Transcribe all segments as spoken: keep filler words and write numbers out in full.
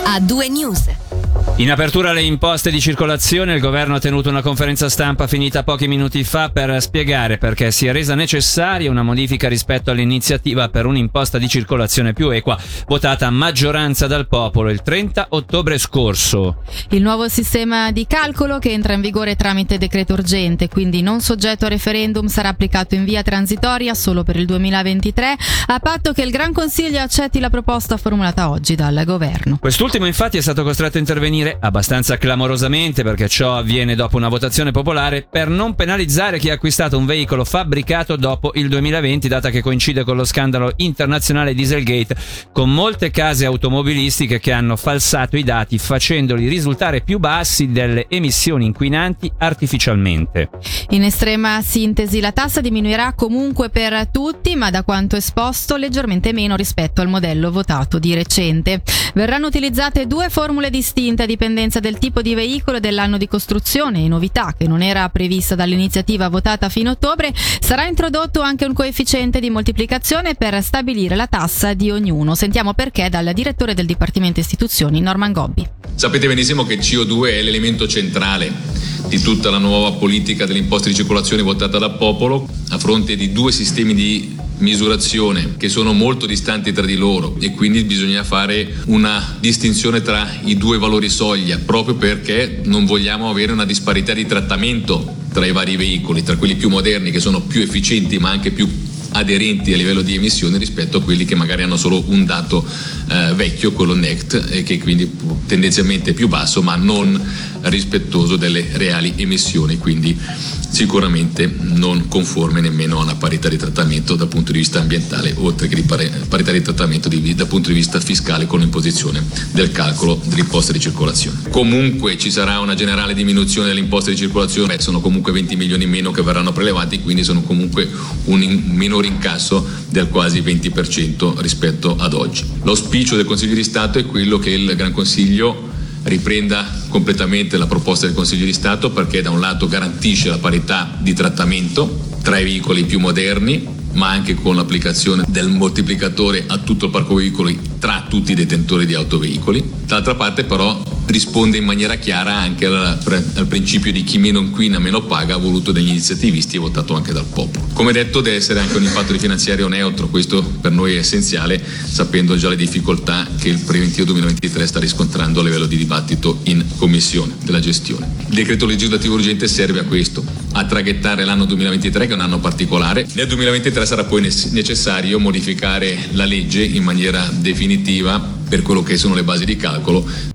A due News. In apertura alle imposte di circolazione, il governo ha tenuto una conferenza stampa finita pochi minuti fa per spiegare perché si è resa necessaria una modifica rispetto all'iniziativa per un'imposta di circolazione più equa, votata a maggioranza dal popolo il trenta ottobre scorso. Il nuovo sistema di calcolo, che entra in vigore tramite decreto urgente, quindi non soggetto a referendum, sarà applicato in via transitoria solo per il duemilaventitré, a patto che il Gran Consiglio accetti la proposta formulata oggi dal governo. Quest'ultimo infatti è stato costretto a intervenire abbastanza clamorosamente, perché ciò avviene dopo una votazione popolare per non penalizzare chi ha acquistato un veicolo fabbricato dopo il duemilaventi, data che coincide con lo scandalo internazionale Dieselgate, con molte case automobilistiche che hanno falsato i dati facendoli risultare più bassi delle emissioni inquinanti artificialmente. In estrema sintesi, la tassa diminuirà comunque per tutti, ma da quanto esposto leggermente meno rispetto al modello votato di recente. Verranno utilizzate due formule distinte a dipendenza del tipo di veicolo e dell'anno di costruzione, e novità che non era prevista dall'iniziativa votata a fine ottobre. Sarà introdotto anche un coefficiente di moltiplicazione per stabilire la tassa di ognuno. Sentiamo perché dal direttore del Dipartimento Istituzioni, Norman Gobbi. Sapete benissimo che il C O due è l'elemento centrale di tutta la nuova politica delle imposte di circolazione votata dal popolo, a fronte di due sistemi di misurazione che sono molto distanti tra di loro, e quindi bisogna fare una distinzione tra i due valori soglia, proprio perché non vogliamo avere una disparità di trattamento tra i vari veicoli, tra quelli più moderni che sono più efficienti ma anche più aderenti a livello di emissioni, rispetto a quelli che magari hanno solo un dato eh, vecchio, quello N E C T, e che quindi tendenzialmente è più basso ma non rispettoso delle reali emissioni, quindi sicuramente non conforme nemmeno a una parità di trattamento dal punto di vista ambientale, oltre che di pari, parità di trattamento di, dal punto di vista fiscale con l'imposizione del calcolo dell'imposta di circolazione. Comunque ci sarà una generale diminuzione dell'imposta di circolazione, beh, sono comunque venti milioni in meno che verranno prelevati, quindi sono comunque un in, minore incasso del quasi venti per cento rispetto ad oggi. L'auspicio del Consiglio di Stato è quello che il Gran Consiglio riprenda completamente la proposta del Consiglio di Stato, perché da un lato garantisce la parità di trattamento tra i veicoli più moderni, ma anche con l'applicazione del moltiplicatore a tutto il parco veicoli tra tutti i detentori di autoveicoli. Dall'altra parte però risponde in maniera chiara anche al, al principio di chi meno inquina meno paga, voluto dagli iniziativisti e votato anche dal popolo. Come detto, deve essere anche un impatto di finanziario neutro, questo per noi è essenziale, sapendo già le difficoltà che il preventivo duemilaventitré sta riscontrando a livello di dibattito in commissione della gestione. Il decreto legislativo urgente serve a questo, a traghettare l'anno duemilaventitré, che è un anno particolare. Nel duemilaventitré sarà poi necessario modificare la legge in maniera definitiva per quello che sono le basi di calcolo.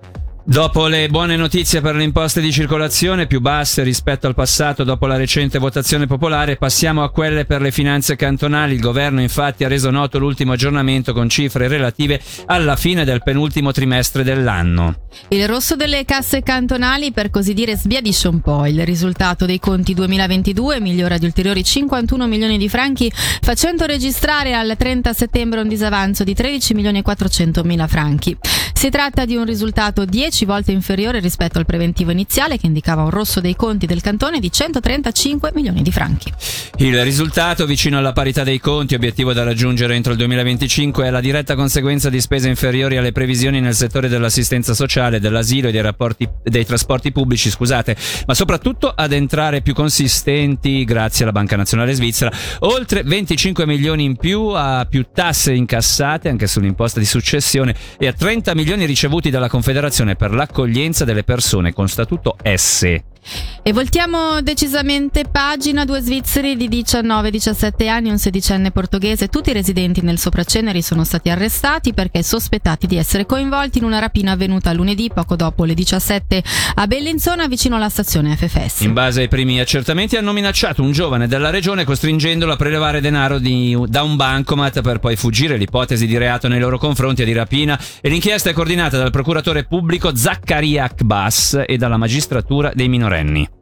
Dopo le buone notizie per le imposte di circolazione, più basse rispetto al passato dopo la recente votazione popolare, passiamo a quelle per le finanze cantonali. Il governo infatti ha reso noto l'ultimo aggiornamento con cifre relative alla fine del penultimo trimestre dell'anno. Il rosso delle casse cantonali, per così dire, sbiadisce un po'. Il risultato dei conti duemilaventidue migliora di ulteriori cinquantuno milioni di franchi, facendo registrare al trenta settembre un disavanzo di tredici milioni e quattrocentomila franchi. Si tratta di un risultato dieci volte inferiore rispetto al preventivo iniziale, che indicava un rosso dei conti del cantone di centotrentacinque milioni di franchi. Il risultato vicino alla parità dei conti, obiettivo da raggiungere entro il duemilaventicinque, è la diretta conseguenza di spese inferiori alle previsioni nel settore dell'assistenza sociale, dell'asilo e dei rapporti dei trasporti pubblici, scusate, ma soprattutto ad entrare più consistenti grazie alla Banca Nazionale Svizzera, oltre venticinque milioni in più a più tasse incassate anche sull'imposta di successione e a trenta milioni ricevuti dalla Confederazione per l'accoglienza delle persone con statuto S. E voltiamo decisamente pagina. Due svizzeri di diciannove diciassette anni e un sedicenne portoghese, tutti residenti nel Sopraceneri, sono stati arrestati perché sospettati di essere coinvolti in una rapina avvenuta lunedì poco dopo le diciassette a Bellinzona, vicino alla stazione F F S. In base ai primi accertamenti hanno minacciato un giovane della regione costringendolo a prelevare denaro di, da un bancomat per poi fuggire. L'ipotesi di reato nei loro confronti è di rapina e l'inchiesta è coordinata dal procuratore pubblico Zaccaria Akbas e dalla magistratura dei minorenni.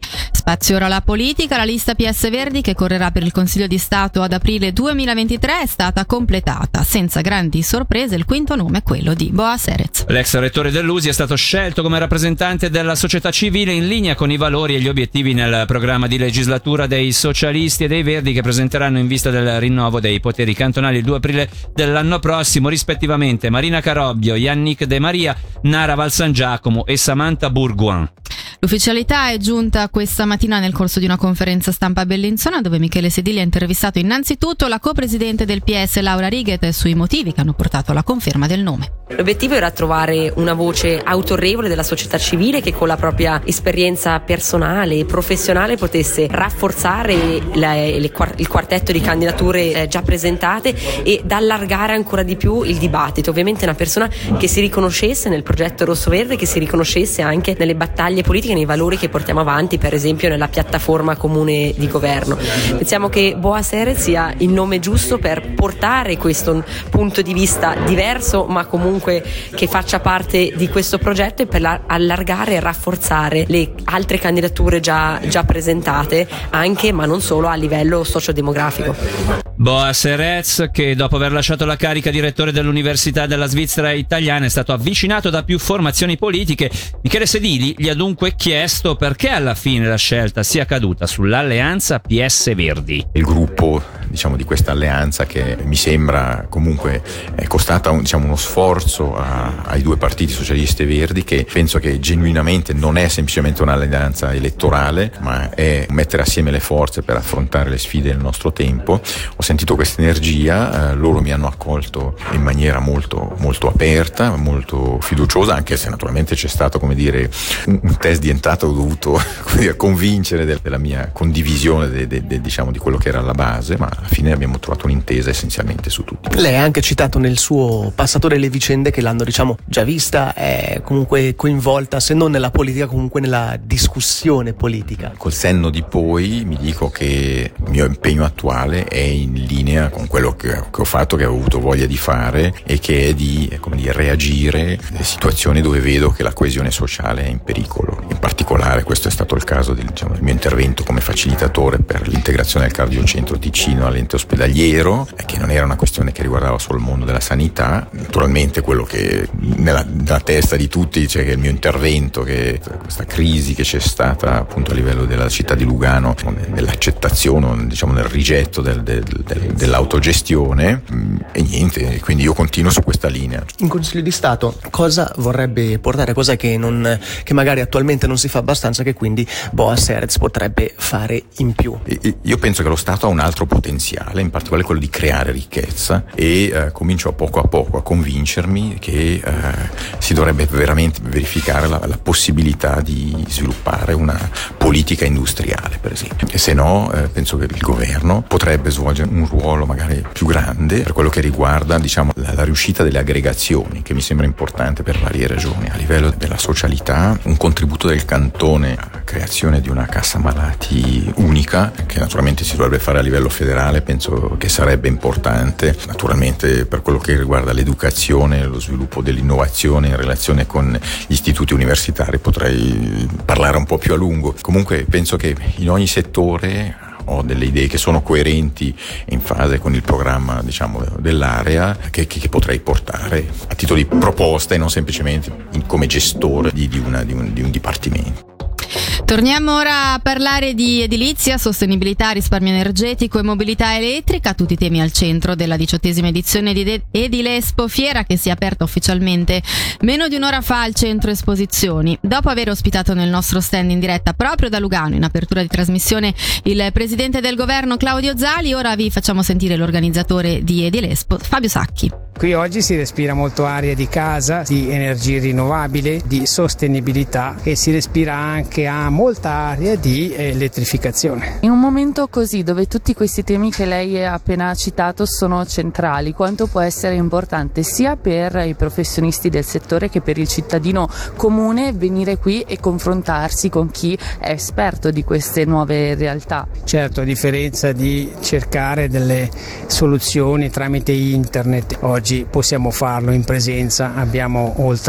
Spazio ora alla politica. La lista P S Verdi, che correrà per il Consiglio di Stato ad aprile duemilaventitré, è stata completata. Senza grandi sorprese, il quinto nome è quello di Boaz Erez. L'ex rettore dell'U S I è stato scelto come rappresentante della società civile in linea con i valori e gli obiettivi nel programma di legislatura dei socialisti e dei Verdi, che presenteranno in vista del rinnovo dei poteri cantonali il due aprile dell'anno prossimo, rispettivamente Marina Carobbio, Yannick De Maria, Nara Valsan Giacomo e Samantha Bourgoin. L'ufficialità è giunta questa mattina nel corso di una conferenza stampa a Bellinzona, dove Michele Sedili ha intervistato innanzitutto la co-presidente del P S Laura Righet sui motivi che hanno portato alla conferma del nome. L'obiettivo era trovare una voce autorevole della società civile che con la propria esperienza personale e professionale potesse rafforzare la, le, il quartetto di candidature eh, già presentate ed allargare ancora di più il dibattito. Ovviamente una persona che si riconoscesse nel progetto rosso-verde, che si riconoscesse anche nelle battaglie politiche, nei valori che portiamo avanti, per esempio nella piattaforma comune di governo. Pensiamo che Boaz Erez sia il nome giusto per portare questo punto di vista diverso, ma comunque che faccia parte di questo progetto, e per allargare e rafforzare le altre candidature già, già presentate, anche ma non solo a livello sociodemografico. Boaz Erez, che dopo aver lasciato la carica di rettore dell'Università della Svizzera Italiana è stato avvicinato da più formazioni politiche. Michele Sedili gli ha dunque chiesto perché alla fine la scelta sia caduta sull'alleanza P S Verdi. Il gruppo, diciamo, di questa alleanza, che mi sembra comunque è costata un, diciamo, uno sforzo a, ai due partiti socialisti e verdi, che penso che genuinamente non è semplicemente un'alleanza elettorale, ma è mettere assieme le forze per affrontare le sfide del nostro tempo. Ho sentito questa energia, eh, loro mi hanno accolto in maniera molto, molto aperta, molto fiduciosa, anche se naturalmente c'è stato, come dire, un, un test di entrata. Ho dovuto come dire, convincere de, della mia condivisione de, de, de, diciamo, di quello che era la base, ma alla fine abbiamo trovato un'intesa essenzialmente su tutto. Lei ha anche citato nel suo passatore le vicende che l'hanno, diciamo, già vista, è comunque coinvolta, se non nella politica, comunque nella discussione politica. Col senno di poi mi dico che il mio impegno attuale è in linea con quello che, che ho fatto, che ho avuto voglia di fare, e che è di, come dire, reagire alle situazioni dove vedo che la coesione sociale è in pericolo. In particolare questo è stato il caso del, diciamo, del mio intervento come facilitatore per l'integrazione del cardiocentro Ticino all'ente ospedaliero, che non era una questione che riguardava solo il mondo della sanità. Naturalmente quello che nella, nella testa di tutti c'è, che il mio intervento, che questa crisi che c'è stata appunto a livello della città di Lugano, nell'accettazione, diciamo, nel rigetto del, del, del, dell'autogestione, e niente, quindi io continuo su questa linea. In Consiglio di Stato cosa vorrebbe portare, cosa che, non, che magari attualmente non si fa abbastanza, che quindi Boaz Erez potrebbe fare in più? Io penso che lo Stato ha un altro potenziale, in particolare quello di creare ricchezza, e eh, comincio a poco a poco a convincermi che eh, si dovrebbe veramente verificare la, la possibilità di sviluppare una politica industriale, per esempio. E se no, eh, penso che il governo potrebbe svolgere un ruolo magari più grande per quello che riguarda, diciamo, la, la riuscita delle aggregazioni, che mi sembra importante per varie ragioni. A livello della socialità, un contributo del cantone a creazione di una cassa malati unica, che naturalmente si dovrebbe fare a livello federale, penso che sarebbe importante. Naturalmente per quello che riguarda l'educazione, lo sviluppo dell'innovazione in relazione con gli istituti universitari potrei parlare un po' più a lungo. Comunque penso che in ogni settore ho delle idee che sono coerenti e in fase con il programma, diciamo, dell'area, che, che, che potrei portare a titolo di proposta e non semplicemente in, come gestore di, di, una, di, un, di un dipartimento. Torniamo ora a parlare di edilizia, sostenibilità, risparmio energetico e mobilità elettrica, tutti temi al centro della diciottesima edizione di Edilespo, fiera che si è aperta ufficialmente meno di un'ora fa al centro esposizioni. Dopo aver ospitato nel nostro stand in diretta proprio da Lugano, in apertura di trasmissione, il presidente del governo Claudio Zali, ora vi facciamo sentire l'organizzatore di Edilespo, Fabio Sacchi. Qui oggi si respira molto aria di casa, di energie rinnovabili, di sostenibilità, e si respira anche a molta aria di elettrificazione. In un momento così, dove tutti questi temi che lei ha appena citato sono centrali, quanto può essere importante sia per i professionisti del settore che per il cittadino comune venire qui e confrontarsi con chi è esperto di queste nuove realtà? Certo, a differenza di cercare delle soluzioni tramite internet, oggi possiamo farlo in presenza, abbiamo oltre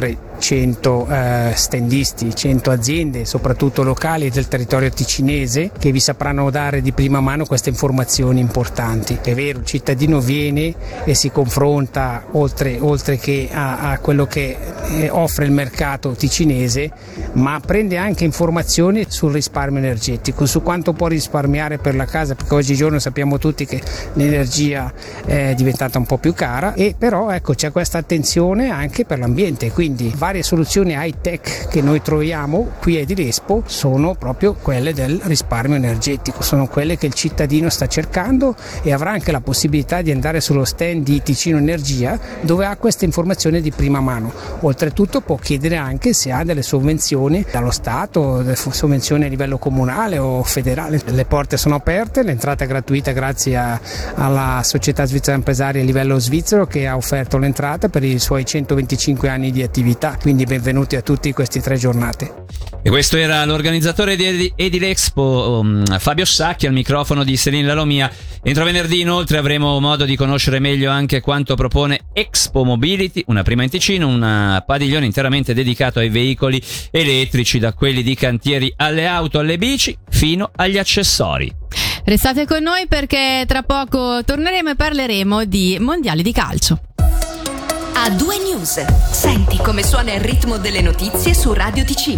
cento eh, standisti, cento aziende, soprattutto locali del territorio ticinese, che vi sapranno dare di prima mano queste informazioni importanti. È vero, il cittadino viene e si confronta oltre, oltre che a, a quello che eh, offre il mercato ticinese, ma prende anche informazioni sul risparmio energetico, su quanto può risparmiare per la casa, perché oggigiorno sappiamo tutti che l'energia è diventata un po' più cara, e però ecco c'è questa attenzione anche per l'ambiente, quindi varie soluzioni high tech che noi troviamo qui a Edilexpo sono proprio quelle del risparmio energetico, sono quelle che il cittadino sta cercando, e avrà anche la possibilità di andare sullo stand di Ticino Energia, dove ha queste informazioni di prima mano. Oltretutto può chiedere anche se ha delle sovvenzioni dallo Stato, delle sovvenzioni a livello comunale o federale. Le porte sono aperte, l'entrata è gratuita grazie a, alla società svizzera impresaria a livello svizzero, che ha offerto l'entrata per i suoi centoventicinque anni di attività, quindi benvenuti a tutti queste tre giornate. E questo era l'organizzatore di Edilexpo, um, Fabio Sacchi, al microfono di Selin Lalomia. Entro venerdì inoltre avremo modo di conoscere meglio anche quanto propone Expo Mobility, una prima in Ticino, un padiglione interamente dedicato ai veicoli elettrici, da quelli di cantieri alle auto, alle bici, fino agli accessori. Restate con noi perché tra poco torneremo e parleremo di mondiali di calcio. A due News. Senti come suona il ritmo delle notizie su Radio Ticino.